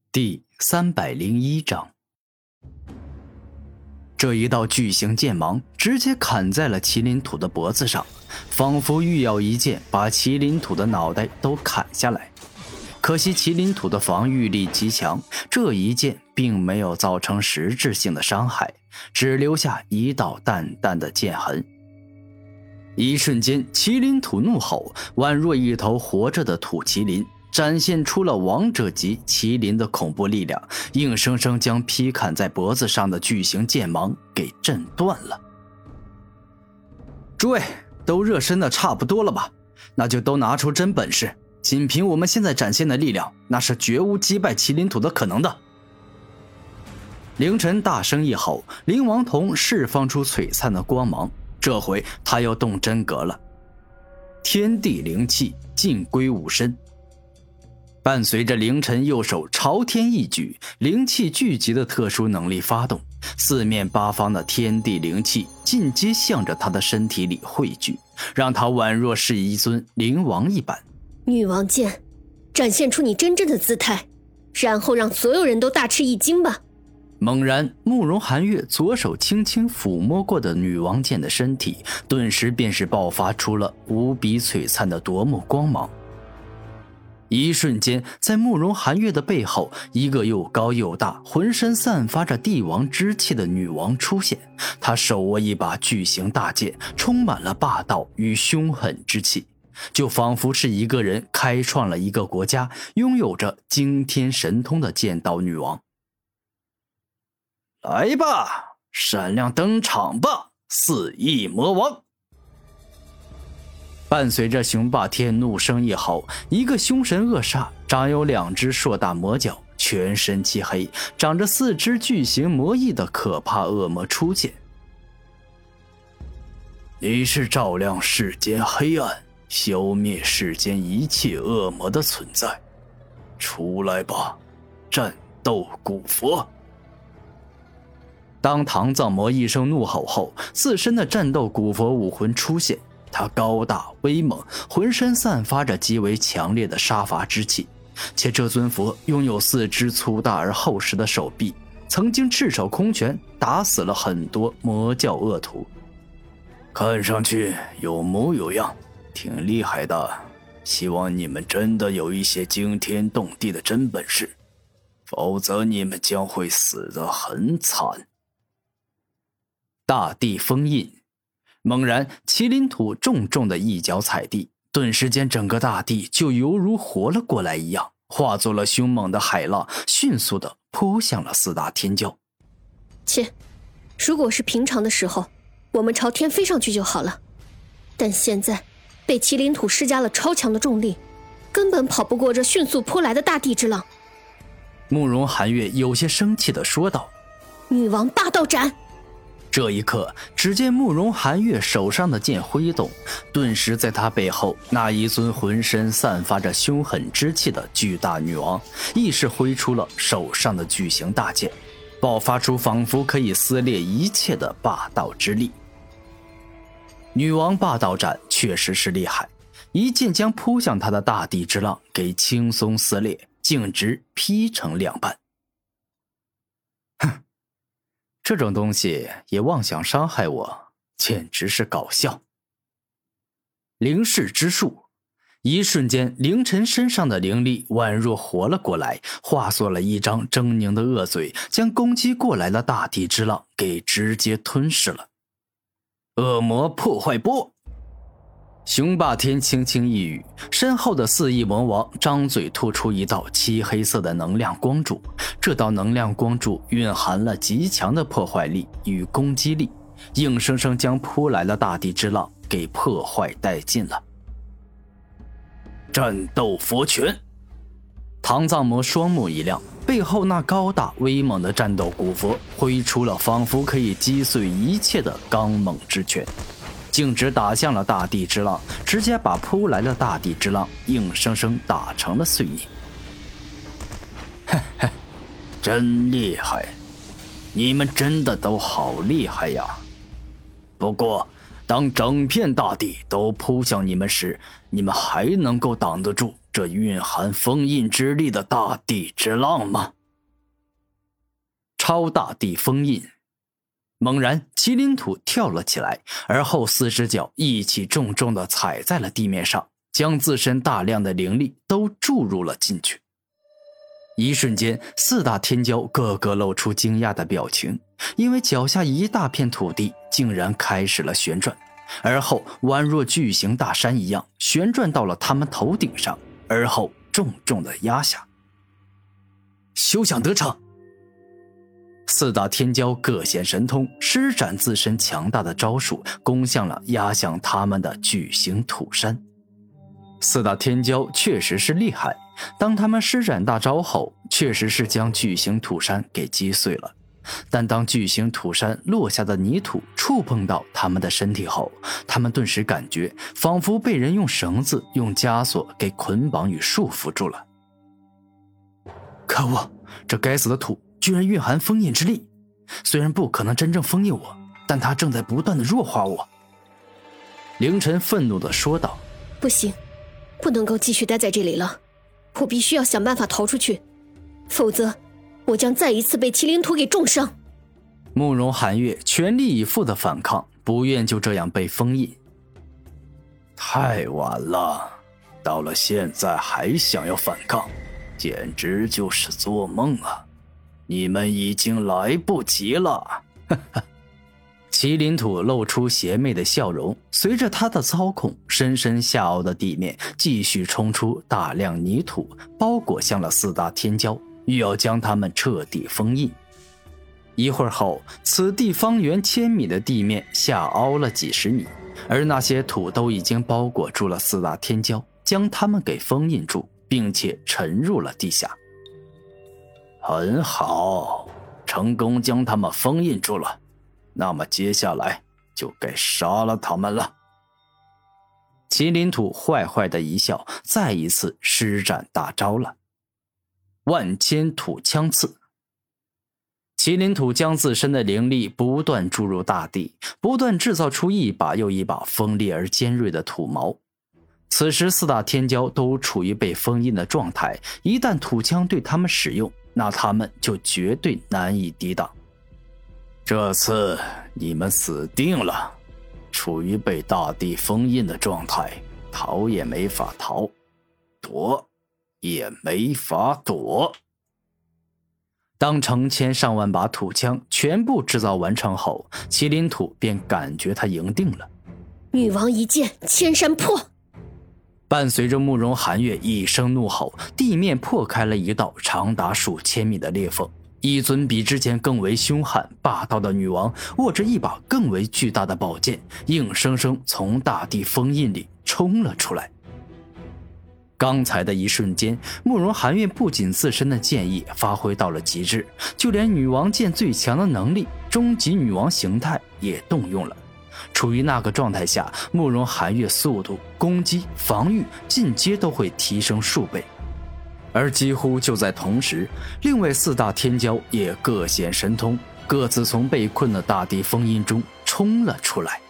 第301章。这一道巨型剑芒直接砍在了麒麟土的脖子上，仿佛欲要一剑把麒麟土的脑袋都砍下来。可惜麒麟土的防御力极强，这一剑并没有造成实质性的伤害，只留下一道淡淡的剑痕。一瞬间，麒麟土怒吼，宛若一头活着的土麒麟，展现出了王者级麒麟的恐怖力量，硬生生将劈砍在脖子上的巨型剑芒给震断了。诸位都热身的差不多了吧？那就都拿出真本事，仅凭我们现在展现的力量，那是绝无击败麒麟土的可能的。凌晨大声一吼，灵王瞳释放出璀璨的光芒，这回他要动真格了。天地灵气尽归吾身。伴随着凌晨右手朝天一举，灵气聚集的特殊能力发动，四面八方的天地灵气尽皆向着他的身体里汇聚，让他宛若是一尊灵王一般。 女王剑，展现出你真正的姿态，然后让所有人都大吃一惊吧。 猛然，慕容寒月左手轻轻抚摸过的女王剑的身体，顿时便是爆发出了无比璀璨的夺目光芒。一瞬间，在慕容寒月的背后，一个又高又大、浑身散发着帝王之气的女王出现。她手握一把巨型大剑，充满了霸道与凶狠之气，就仿佛是一个人开创了一个国家，拥有着惊天神通的剑道女王。来吧，闪亮登场吧，四翼魔王！伴随着雄霸天怒声一吼，一个凶神恶煞、长有两只硕大魔角、全身漆黑、长着4只巨型魔翼的可怕恶魔出现。你是照亮世间黑暗、消灭世间一切恶魔的存在，出来吧，战斗古佛！当唐藏魔一声怒吼后，自身的战斗古佛武魂出现。他高大威猛，浑身散发着极为强烈的杀伐之气，且这尊佛拥有4只粗大而厚实的手臂，曾经赤手空拳打死了很多魔教恶徒。看上去有模有样，挺厉害的，希望你们真的有一些惊天动地的真本事，否则你们将会死得很惨。大地封印。猛然，麒麟土重重的一脚踩地，顿时间整个大地就犹如活了过来一样，化作了凶猛的海浪，迅速地扑向了4大天骄。 切，如果是平常的时候，我们朝天飞上去就好了，但现在被麒麟土施加了超强的重力，根本跑不过这迅速扑来的大地之浪。 慕容寒月有些生气地说道： 女王霸道斩！ 这一刻，只见慕容寒月手上的剑挥动，顿时在他背后那一尊浑身散发着凶狠之气的巨大女王，亦是挥出了手上的巨型大剑，爆发出仿佛可以撕裂一切的霸道之力。女王霸道斩确实是厉害，一剑将扑向他的大地之浪给轻松撕裂，径直劈成2半。哼！这种东西也妄想伤害我，简直是搞笑。灵视之术，一瞬间，凌晨身上的灵力宛若活了过来，化作了一张狰狞的恶嘴，将攻击过来的大地之浪给直接吞噬了。恶魔破坏波！雄霸天轻轻一语，身后的4翼魔王张嘴吐出一道漆黑色的能量光柱，这道能量光柱蕴含了极强的破坏力与攻击力，硬生生将扑来的大地之浪给破坏殆尽了。战斗佛拳！唐藏魔双目一亮，背后那高大威猛的战斗古佛挥出了仿佛可以击碎一切的刚猛之拳，径直打向了大地之浪，直接把扑来的大地之浪硬生生打成了碎泥。嘿嘿，真厉害，你们真的都好厉害呀！不过，当整片大地都扑向你们时，你们还能够挡得住这蕴含封印之力的大地之浪吗？ 超大地封印。猛然，麒麟土跳了起来，而后4只脚一起重重地踩在了地面上，将自身大量的灵力都注入了进去。一瞬间，4大天骄个个露出惊讶的表情，因为脚下一大片土地竟然开始了旋转，而后宛若巨型大山一样旋转到了他们头顶上，而后重重地压下。休想得逞！4大天骄各显神通，施展自身强大的招数，攻向了压向他们的巨型土山。4大天骄确实是厉害，当他们施展大招后，确实是将巨型土山给击碎了。但当巨型土山落下的泥土触碰到他们的身体后，他们顿时感觉仿佛被人用绳子、用枷锁给捆绑与束缚住了。可恶，这该死的土居然蕴含封印之力，虽然不可能真正封印我，但它正在不断的弱化我。凌晨愤怒地说道： 不行，不能够继续待在这里了，我必须要想办法逃出去，否则我将再一次被麒麟土给重伤。 慕容寒月全力以赴的反抗，不愿就这样被封印。太晚了，到了现在还想要反抗，简直就是做梦啊！你们已经来不及了。麒麟土露出邪魅的笑容，随着他的操控，深深下凹的地面继续冲出大量泥土，包裹向了4大天骄，欲要将他们彻底封印。一会儿后，此地方圆1000米的地面下凹了几十米，而那些土都已经包裹住了4大天骄，将他们给封印住，并且沉入了地下。很好，成功将他们封印住了，那么接下来就该杀了他们了。麒麟土坏坏的一笑，再一次施展大招了。万千土枪刺。麒麟土将自身的灵力不断注入大地，不断制造出一把又一把锋利而尖锐的土矛。此时4大天骄都处于被封印的状态，一旦土枪对他们使用，那他们就绝对难以抵挡。这次你们死定了，处于被大地封印的状态，逃也没法逃，躲也没法躲。当成千上万把土枪全部制造完成后，麒麟土便感觉他赢定了。 女王一剑，千山破。 伴随着慕容寒月一声怒吼，地面破开了一道长达数千米的裂缝，一尊比之前更为凶悍霸道的女王握着一把更为巨大的宝剑，硬生生从大地封印里冲了出来。刚才的一瞬间，慕容寒月不仅自身的剑意发挥到了极致，就连女王剑最强的能力终极女王形态也动用了。处于那个状态下，慕容寒月速度、攻击、防御、进阶都会提升数倍。而几乎就在同时，另外4大天骄也各显神通，各自从被困的大地封印中冲了出来。